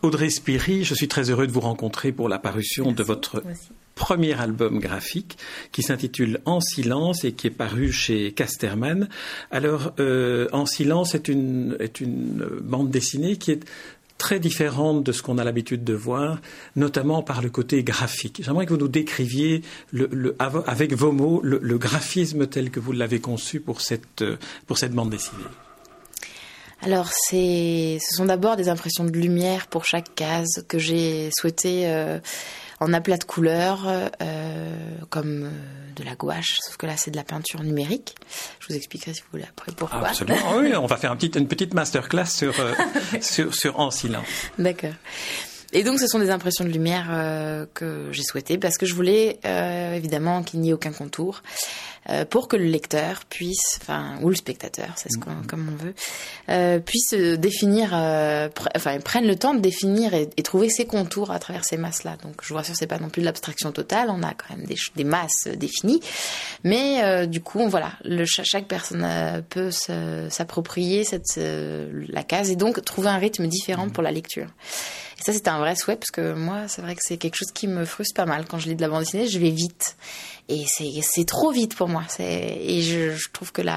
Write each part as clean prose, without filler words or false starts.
Audrey Spiri, je suis très heureux de vous rencontrer pour la parution de votre premier album graphique qui s'intitule En silence et qui est paru chez Casterman. Alors, En silence est une bande dessinée qui est très différente de ce qu'on a l'habitude de voir, notamment par le côté graphique. J'aimerais que vous nous décriviez avec vos mots le graphisme tel que vous l'avez conçu pour cette bande dessinée. Alors, ce sont d'abord des impressions de lumière pour chaque case que j'ai souhaité en aplat de couleurs, comme de la gouache, sauf que là, c'est de la peinture numérique. Je vous expliquerai si vous voulez après pourquoi. Absolument, oui, on va faire une petite masterclass sur En silence. D'accord. Et donc, ce sont des impressions de lumière que j'ai souhaitées parce que je voulais évidemment qu'il n'y ait aucun contour pour que le lecteur puisse, ou le spectateur, c'est comme on veut, puisse définir, prenne le temps de définir et trouver ses contours à travers ces masses-là. Donc, je vous rassure, c'est pas non plus de l'abstraction totale, on a quand même des masses définies, mais du coup, voilà, chaque personne peut s'approprier la case et donc trouver un rythme différent pour la lecture. Et ça, c'était un vrai souhait, parce que moi, c'est vrai que c'est quelque chose qui me frustre pas mal. Quand je lis de la bande dessinée, je vais vite. Et c'est trop vite pour moi. Et je trouve que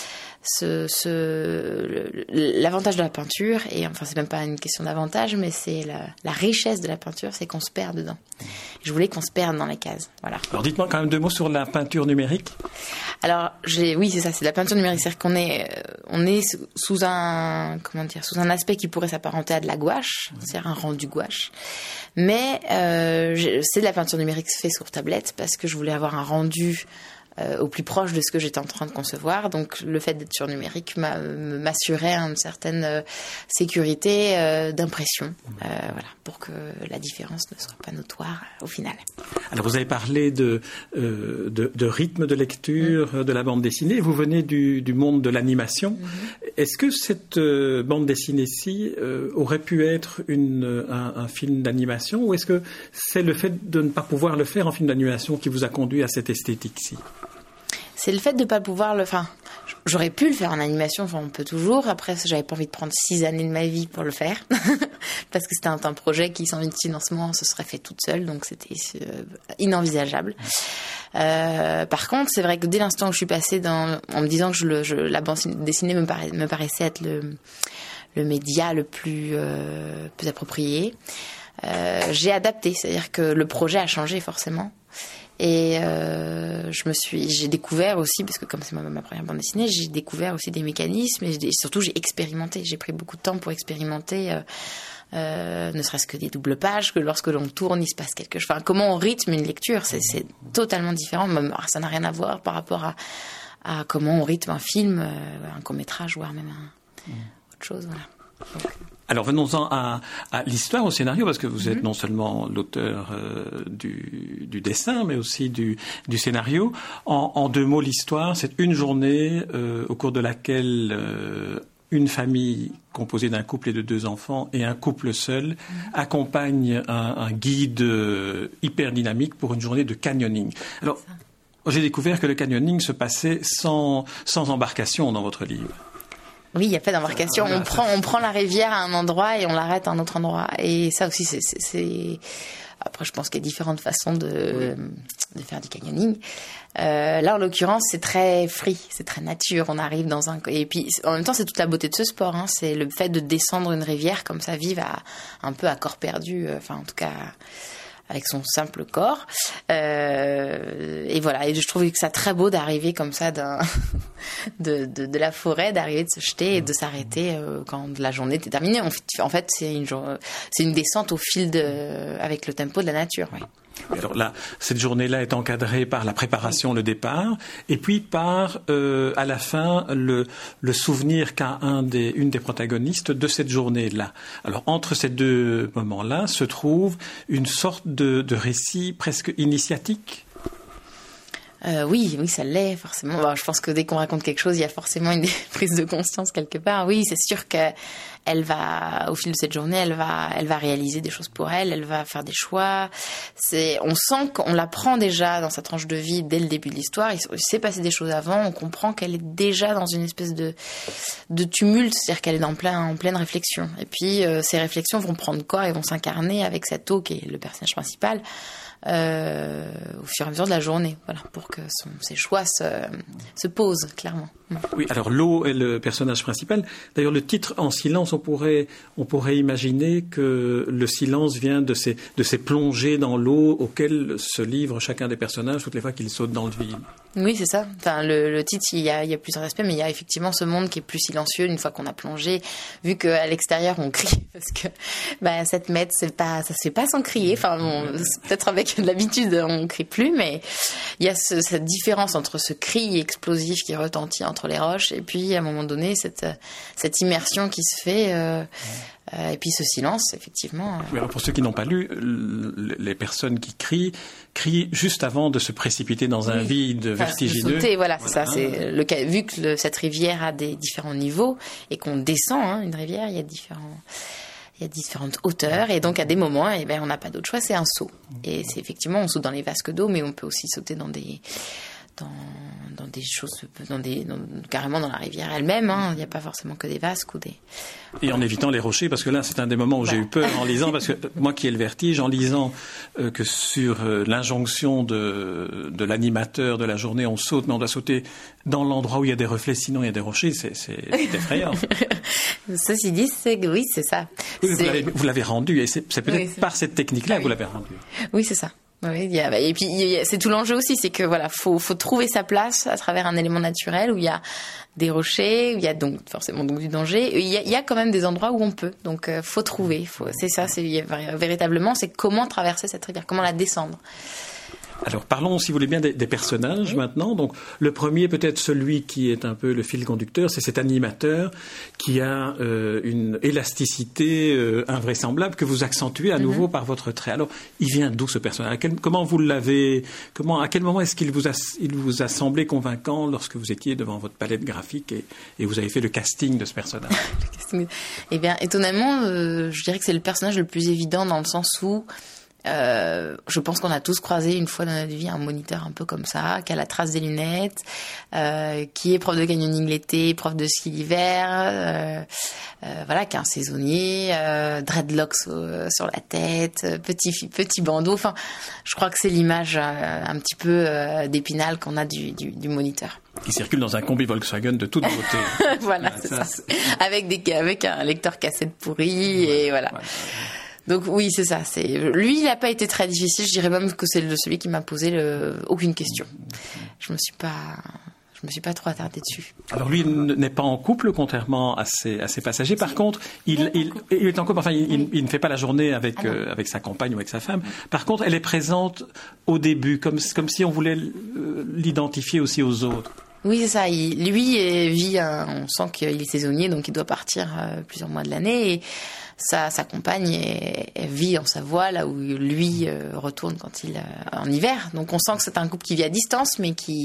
l'avantage de la peinture, et enfin, c'est même pas une question d'avantage, mais c'est la richesse de la peinture, c'est qu'on se perd dedans. Je voulais qu'on se perde dans les cases. Voilà. Alors, dites-moi quand même 2 mots sur la peinture numérique. Alors, oui, c'est ça, c'est de la peinture numérique. C'est-à-dire qu'on est sous un aspect qui pourrait s'apparenter à de la gouache, c'est-à-dire un rendu gouache. Mais c'est de la peinture numérique faite sur tablette parce que je voulais avoir un rendu au plus proche de ce que j'étais en train de concevoir. Donc, le fait d'être sur numérique m'assurait une certaine sécurité d'impression, voilà, pour que la différence ne soit pas notoire au final. Alors, vous avez parlé de rythme de lecture de la bande dessinée. Vous venez du monde de l'animation. Est-ce que cette bande dessinée-ci aurait pu être un film d'animation, ou est-ce que c'est le fait de ne pas pouvoir le faire en film d'animation qui vous a conduit à cette esthétique-ci? C'est le fait de ne pas pouvoir j'aurais pu le faire en animation, on peut toujours. Après, j'avais pas envie de prendre 6 années de ma vie pour le faire. Parce que c'était un projet qui, sans financement, se serait fait toute seule. Donc, c'était inenvisageable. Par contre, c'est vrai que dès l'instant où je suis passée en me disant que la bande dessinée me paraissait être le média le plus approprié, j'ai adapté. C'est-à-dire que le projet a changé, forcément. Et j'ai découvert aussi, parce que comme c'est ma première bande dessinée, j'ai découvert aussi des mécanismes et surtout j'ai expérimenté. J'ai pris beaucoup de temps pour expérimenter, ne serait-ce que des doubles pages, que lorsque l'on tourne, il se passe quelque chose. Enfin, comment on rythme une lecture, c'est totalement différent. Même, ça n'a rien à voir par rapport à comment on rythme un film, un court-métrage, voire même autre chose. Voilà. Donc, alors venons-en à l'histoire, au scénario, parce que vous êtes non seulement l'auteur du dessin, mais aussi du scénario. En 2 mots, l'histoire, c'est une journée au cours de laquelle une famille composée d'un couple et de 2 enfants et un couple seul accompagne un guide hyper dynamique pour une journée de canyoning. Alors, j'ai découvert que le canyoning se passait sans embarcation dans votre livre. Oui, il n'y a pas d'embarcation. On prend la rivière à un endroit et on l'arrête à un autre endroit. Et ça aussi, c'est... Après, je pense qu'il y a différentes façons de faire du canyoning. Là, en l'occurrence, c'est très free, c'est très nature. On arrive dans et puis, en même temps, c'est toute la beauté de ce sport. C'est le fait de descendre une rivière comme ça, vive un peu à corps perdu. Enfin, en tout cas, avec son simple corps. Et voilà. Et je trouvais que ça très beau d'arriver comme ça de la forêt, d'arriver, de se jeter et de s'arrêter quand la journée était terminée. En fait, c'est une descente au fil avec le tempo de la nature. Oui. Alors là, cette journée-là est encadrée par la préparation, le départ, et puis par, à la fin, le souvenir qu'a une des protagonistes de cette journée-là. Alors, entre ces 2 moments-là se trouve une sorte de récit presque initiatique. Oui, ça l'est forcément. Bon, je pense que dès qu'on raconte quelque chose, il y a forcément une prise de conscience quelque part. Oui, c'est sûr qu'elle va, au fil de cette journée, elle va réaliser des choses pour elle. Elle va faire des choix. On sent qu'on la prend déjà dans sa tranche de vie dès le début de l'histoire. Il s'est passé des choses avant. On comprend qu'elle est déjà dans une espèce de tumulte, c'est-à-dire qu'elle est en pleine réflexion. Et puis ces réflexions vont prendre corps et vont s'incarner avec Sato, qui est le personnage principal. Au fur et à mesure de la journée, voilà, pour que ses choix se posent clairement. Oui, alors l'eau est le personnage principal. D'ailleurs, le titre En silence, on pourrait imaginer que le silence vient de ces plongées dans l'eau auxquelles se livre chacun des personnages toutes les fois qu'ils sautent dans le vide. Oui, c'est ça. Enfin, le titre, il y a plusieurs aspects, mais il y a effectivement ce monde qui est plus silencieux une fois qu'on a plongé, vu qu'à l'extérieur on crie, parce que 7 mètres, ça se fait pas sans crier. Enfin, peut-être avec de l'habitude on crie plus, mais il y a cette différence entre ce cri explosif qui retentit entre les roches et puis à un moment donné cette immersion qui se fait. Et puis ce silence, effectivement. Oui, alors pour ceux qui n'ont pas lu, les personnes qui crient juste avant de se précipiter dans un vide vertigineux. Sauter, voilà, c'est ça. C'est vu que cette rivière a des différents niveaux et qu'on descend une rivière, il y a différentes hauteurs et donc à des moments, on n'a pas d'autre choix, c'est un saut. Et c'est effectivement, on saute dans les vasques d'eau, mais on peut aussi sauter dans des choses, carrément dans la rivière elle-même. Il n'y a pas forcément que des vasques ou des... Et en évitant les rochers, parce que là, c'est un des moments où j'ai eu peur en lisant, parce que moi qui ai le vertige, en lisant que sur l'injonction de l'animateur de la journée, on saute, mais on doit sauter dans l'endroit où il y a des reflets, sinon il y a des rochers, c'est effrayant. Ceci dit, oui, c'est ça. Oui, vous l'avez rendu, et c'est peut-être par cette technique-là que vous l'avez rendu. Oui, c'est ça. Oui, et puis c'est tout l'enjeu aussi, c'est que voilà, faut trouver sa place à travers un élément naturel où il y a des rochers, où il y a donc forcément du danger. Il y a quand même des endroits où on peut, donc faut trouver. Véritablement, c'est comment traverser cette rivière, comment la descendre. Alors parlons, si vous voulez bien, des personnages maintenant. Donc le premier, peut-être celui qui est un peu le fil conducteur, c'est cet animateur qui a une élasticité invraisemblable que vous accentuez à nouveau par votre trait. Alors il vient d'où ce personnage ? Comment vous l'avez ? À quel moment est-ce qu'il vous a semblé convaincant lorsque vous étiez devant votre palette graphique et vous avez fait le casting de ce personnage ? Eh bien, étonnamment, je dirais que c'est le personnage le plus évident dans le sens où je pense qu'on a tous croisé une fois dans notre vie un moniteur un peu comme ça, qui a la trace des lunettes, qui est prof de canyoning l'été, prof de ski l'hiver, voilà, qui est un saisonnier, dreadlocks sur la tête, petit bandeau. Enfin, je crois que c'est l'image un petit peu d'Épinal qu'on a du moniteur. Qui circule dans un combi Volkswagen de toute beauté. Voilà, c'est ça. Avec un lecteur cassette pourri et voilà. Donc oui, c'est ça. Lui, il n'a pas été très difficile. Je dirais même que c'est celui qui m'a posé aucune question. Je me suis pas trop attardée dessus. Alors lui n'est pas en couple, contrairement à ses passagers. Par contre, il est en couple. Enfin, il ne fait pas la journée avec sa compagne ou avec sa femme. Par contre, elle est présente au début, comme si on voulait l'identifier aussi aux autres. Oui, c'est ça. On sent qu'il est saisonnier, donc il doit partir plusieurs mois de l'année. Et sa compagne vit en Savoie, là où lui retourne quand il en hiver. Donc on sent que c'est un couple qui vit à distance, mais qui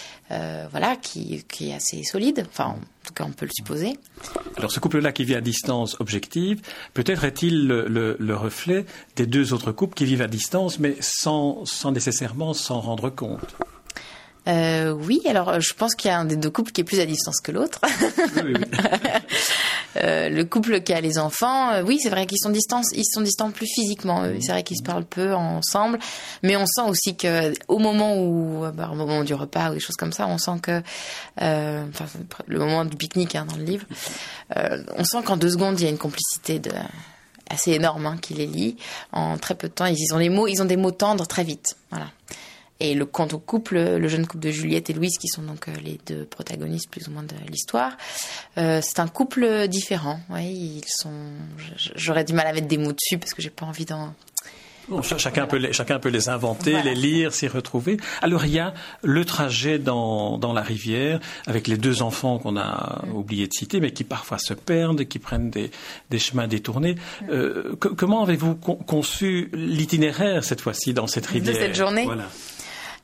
est assez solide. Enfin, en tout cas, on peut le supposer. Alors ce couple-là qui vit à distance objective, peut-être est-il le reflet des deux autres couples qui vivent à distance, mais sans nécessairement s'en rendre compte. Oui, alors je pense qu'il y a un des deux couples qui est plus à distance que l'autre. Oui. Le couple qui a les enfants, oui, c'est vrai qu'ils sont distants plus physiquement. C'est vrai qu'ils se parlent peu ensemble, mais on sent aussi que au moment du repas ou des choses comme ça, on sent que, le moment du pique-nique dans le livre, on sent qu'en 2 secondes il y a une complicité assez énorme qui les lie. En très peu de temps, ils ont des mots tendres très vite. Voilà. Et le jeune couple de Juliette et Louise, qui sont donc les 2 protagonistes plus ou moins de l'histoire, c'est un couple différent. Ouais, j'aurais du mal à mettre des mots dessus parce que j'ai pas envie d'en... Bon, chacun peut les inventer, voilà. Les lire, s'y retrouver. Alors il y a le trajet dans la rivière avec les 2 enfants qu'on a oublié de citer, mais qui parfois se perdent, qui prennent des chemins détournés. Comment avez-vous conçu l'itinéraire cette fois-ci dans cette rivière ? De cette journée ? Voilà.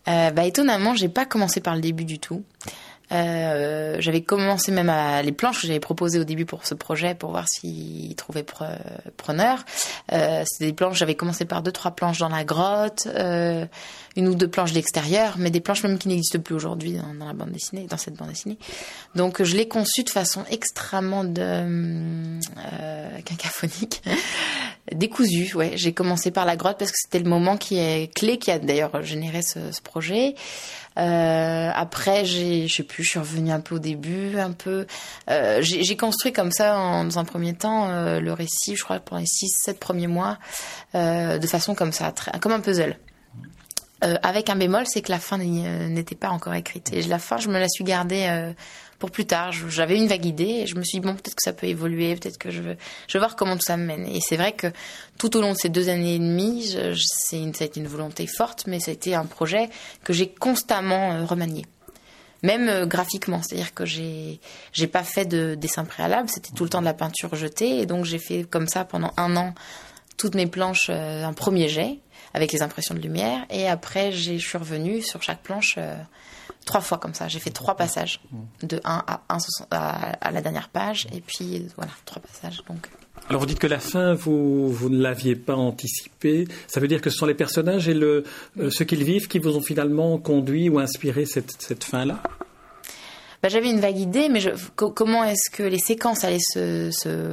Étonnamment, j'ai pas commencé par le début du tout. J'avais commencé même les planches que j'avais proposées au début pour ce projet pour voir s'ils trouvaient preneur. C'était des planches, j'avais commencé par 2-3 planches dans la grotte, 1 ou 2 planches d'extérieur, mais des planches même qui n'existent plus aujourd'hui dans la bande dessinée, dans cette bande dessinée. Donc je l'ai conçue de façon extrêmement quinquaphonique. Décousue, ouais. J'ai commencé par la grotte parce que c'était le moment qui est clé, qui a d'ailleurs généré ce projet. Après, je suis revenue un peu au début, j'ai construit comme ça dans un premier temps le récit, je crois, pour les 6-7 premiers mois, de façon comme ça, comme un puzzle. Avec un bémol, c'est que la fin n'était pas encore écrite. Et la fin, je me la suis gardée pour plus tard. J'avais une vague idée et je me suis dit, bon, peut-être que ça peut évoluer, peut-être que je vais voir comment tout ça me mène. Et c'est vrai que tout au long de ces 2 années et demie, ça a été une volonté forte, mais ça a été un projet que j'ai constamment remanié. Même graphiquement, c'est-à-dire que j'ai pas fait de dessin préalable, c'était tout le temps de la peinture jetée. Et donc j'ai fait comme ça pendant 1 an toutes mes planches en premier jet, avec les impressions de lumière. Et après, je suis revenue sur chaque planche 3 fois comme ça. J'ai fait 3 passages, de 1 à la dernière page. Et puis, voilà, 3 passages. Donc. Alors, vous dites que la fin, vous ne l'aviez pas anticipée. Ça veut dire que ce sont les personnages et ce qu'ils vivent qui vous ont finalement conduit ou inspiré cette fin-là ? J'avais une vague idée, mais comment est-ce que les séquences allaient se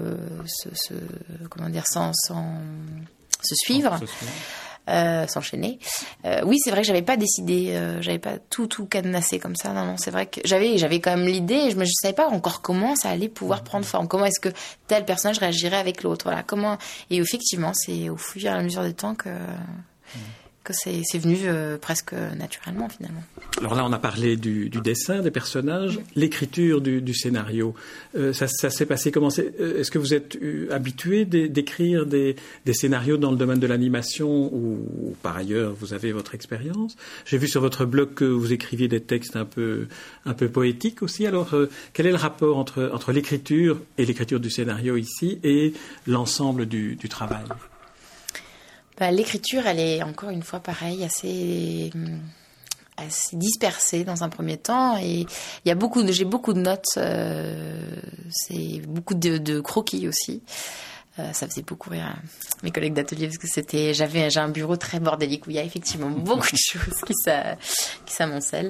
suivre, s'enchaîner. Oui, c'est vrai que j'avais pas décidé, j'avais pas tout cadenassé comme ça. Non, c'est vrai que j'avais quand même l'idée, je savais pas encore comment ça allait pouvoir prendre forme. Comment est-ce que tel personnage réagirait avec l'autre. Voilà, comment. Et effectivement, c'est au fur et à mesure du temps que c'est venu presque naturellement finalement. Alors là, on a parlé du dessin des personnages, l'écriture du scénario. Ça s'est passé comment ? Est-ce que vous êtes habitué d'écrire des scénarios dans le domaine de l'animation ou par ailleurs vous avez votre expérience ? J'ai vu sur votre blog que vous écriviez des textes un peu poétiques aussi. Alors, quel est le rapport entre l'écriture et l'écriture du scénario ici et l'ensemble du travail ? L'écriture, elle est encore une fois pareil, assez dispersée dans un premier temps, et j'ai beaucoup de notes, c'est beaucoup de croquis aussi. Ça faisait beaucoup rire mes collègues d'atelier parce que j'ai un bureau très bordélique où il y a effectivement beaucoup de choses qui s'amoncellent.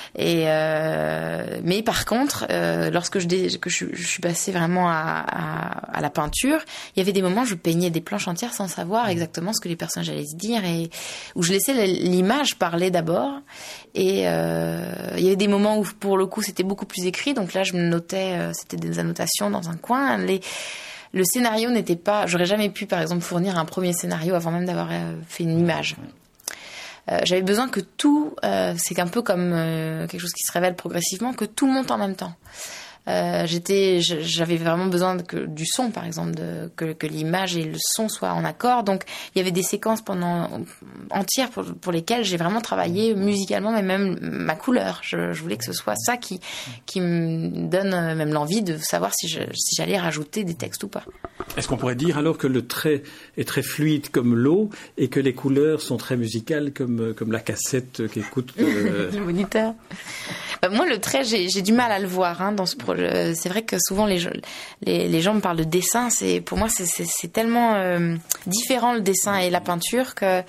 Mais par contre, lorsque je suis passée vraiment à la peinture, il y avait des moments où je peignais des planches entières sans savoir exactement ce que les personnages allaient se dire et où je laissais l'image parler d'abord. Et il y avait des moments où pour le coup c'était beaucoup plus écrit, donc là je me notais, c'était des annotations dans un coin. Le scénario n'était pas... J'aurais jamais pu, par exemple, fournir un premier scénario avant même d'avoir fait une image. J'avais besoin que tout... c'est un peu comme quelque chose qui se révèle progressivement, que tout monte en même temps. J'avais vraiment besoin du son, par exemple, que l'image et le son soient en accord. Donc, il y avait des séquences entières pour lesquelles j'ai vraiment travaillé musicalement, mais même ma couleur. Je voulais que ce soit ça qui me donne même l'envie de savoir si j'allais rajouter des textes ou pas. Est-ce qu'on pourrait dire alors que le trait est très fluide comme l'eau et que les couleurs sont très musicales comme la cassette qu'écoute le moniteur? Moi, le trait, j'ai du mal à le voir dans ce projet. C'est vrai que souvent les gens me parlent de dessin. Pour moi, c'est tellement différent le dessin et la peinture que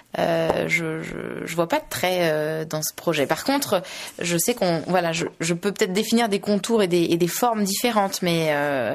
je vois pas de trait dans ce projet. Par contre, je sais je peux peut-être définir des contours et des formes différentes, mais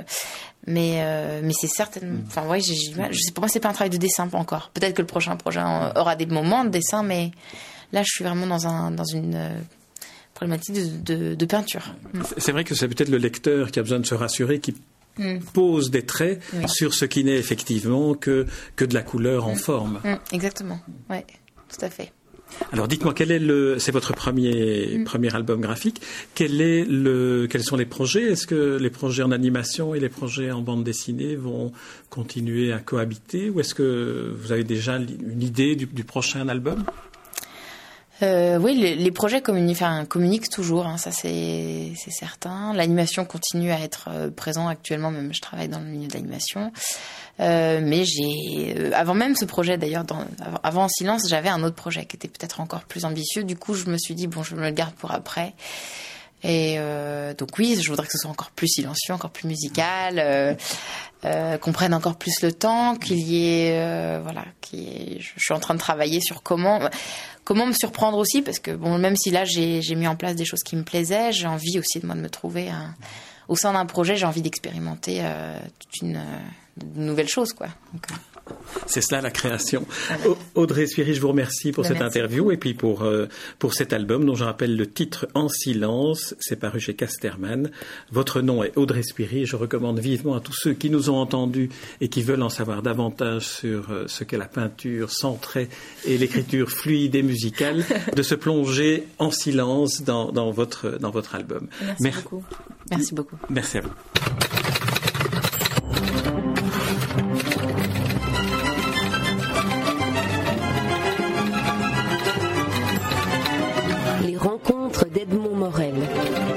c'est certainement. Enfin, ouais, j'ai du mal. Pour moi, c'est pas un travail de dessin, pas encore. Peut-être que le prochain projet aura des moments de dessin, mais là, je suis vraiment dans une problématique de peinture. C'est vrai que c'est peut-être le lecteur qui a besoin de se rassurer, qui pose des traits sur ce qui n'est effectivement que de la couleur en forme. Exactement, oui, tout à fait. Alors dites-moi, c'est votre premier album graphique, quels sont les projets ? Est-ce que les projets en animation et les projets en bande dessinée vont continuer à cohabiter, ou est-ce que vous avez déjà une idée du prochain album ? Oui, les projets communiquent toujours, hein, ça c'est certain. L'animation continue à être présent actuellement, même je travaille dans le milieu de l'animation. Mais avant même ce projet d'ailleurs, avant En Silence, j'avais un autre projet qui était peut-être encore plus ambitieux. Du coup, je me suis dit, bon, je me le garde pour après. Et donc oui, je voudrais que ce soit encore plus silencieux, encore plus musical, qu'on prenne encore plus le temps, qu'il y ait, je suis en train de travailler sur comment me surprendre aussi, parce que bon, même si là j'ai mis en place des choses qui me plaisaient, j'ai envie aussi de me trouver au sein d'un projet, j'ai envie d'expérimenter toute une nouvelle chose, quoi. Donc, c'est cela la création. Audrey Spiri, je vous remercie pour cette interview et puis pour cet album dont je rappelle le titre En Silence. C'est paru chez Casterman. Votre nom est Audrey Spiri et je recommande vivement à tous ceux qui nous ont entendus et qui veulent en savoir davantage sur ce qu'est la peinture sans trait et l'écriture fluide et musicale de se plonger en silence dans votre album. Merci beaucoup. Merci beaucoup. Merci à vous. Les rencontres d'Edmond Morel.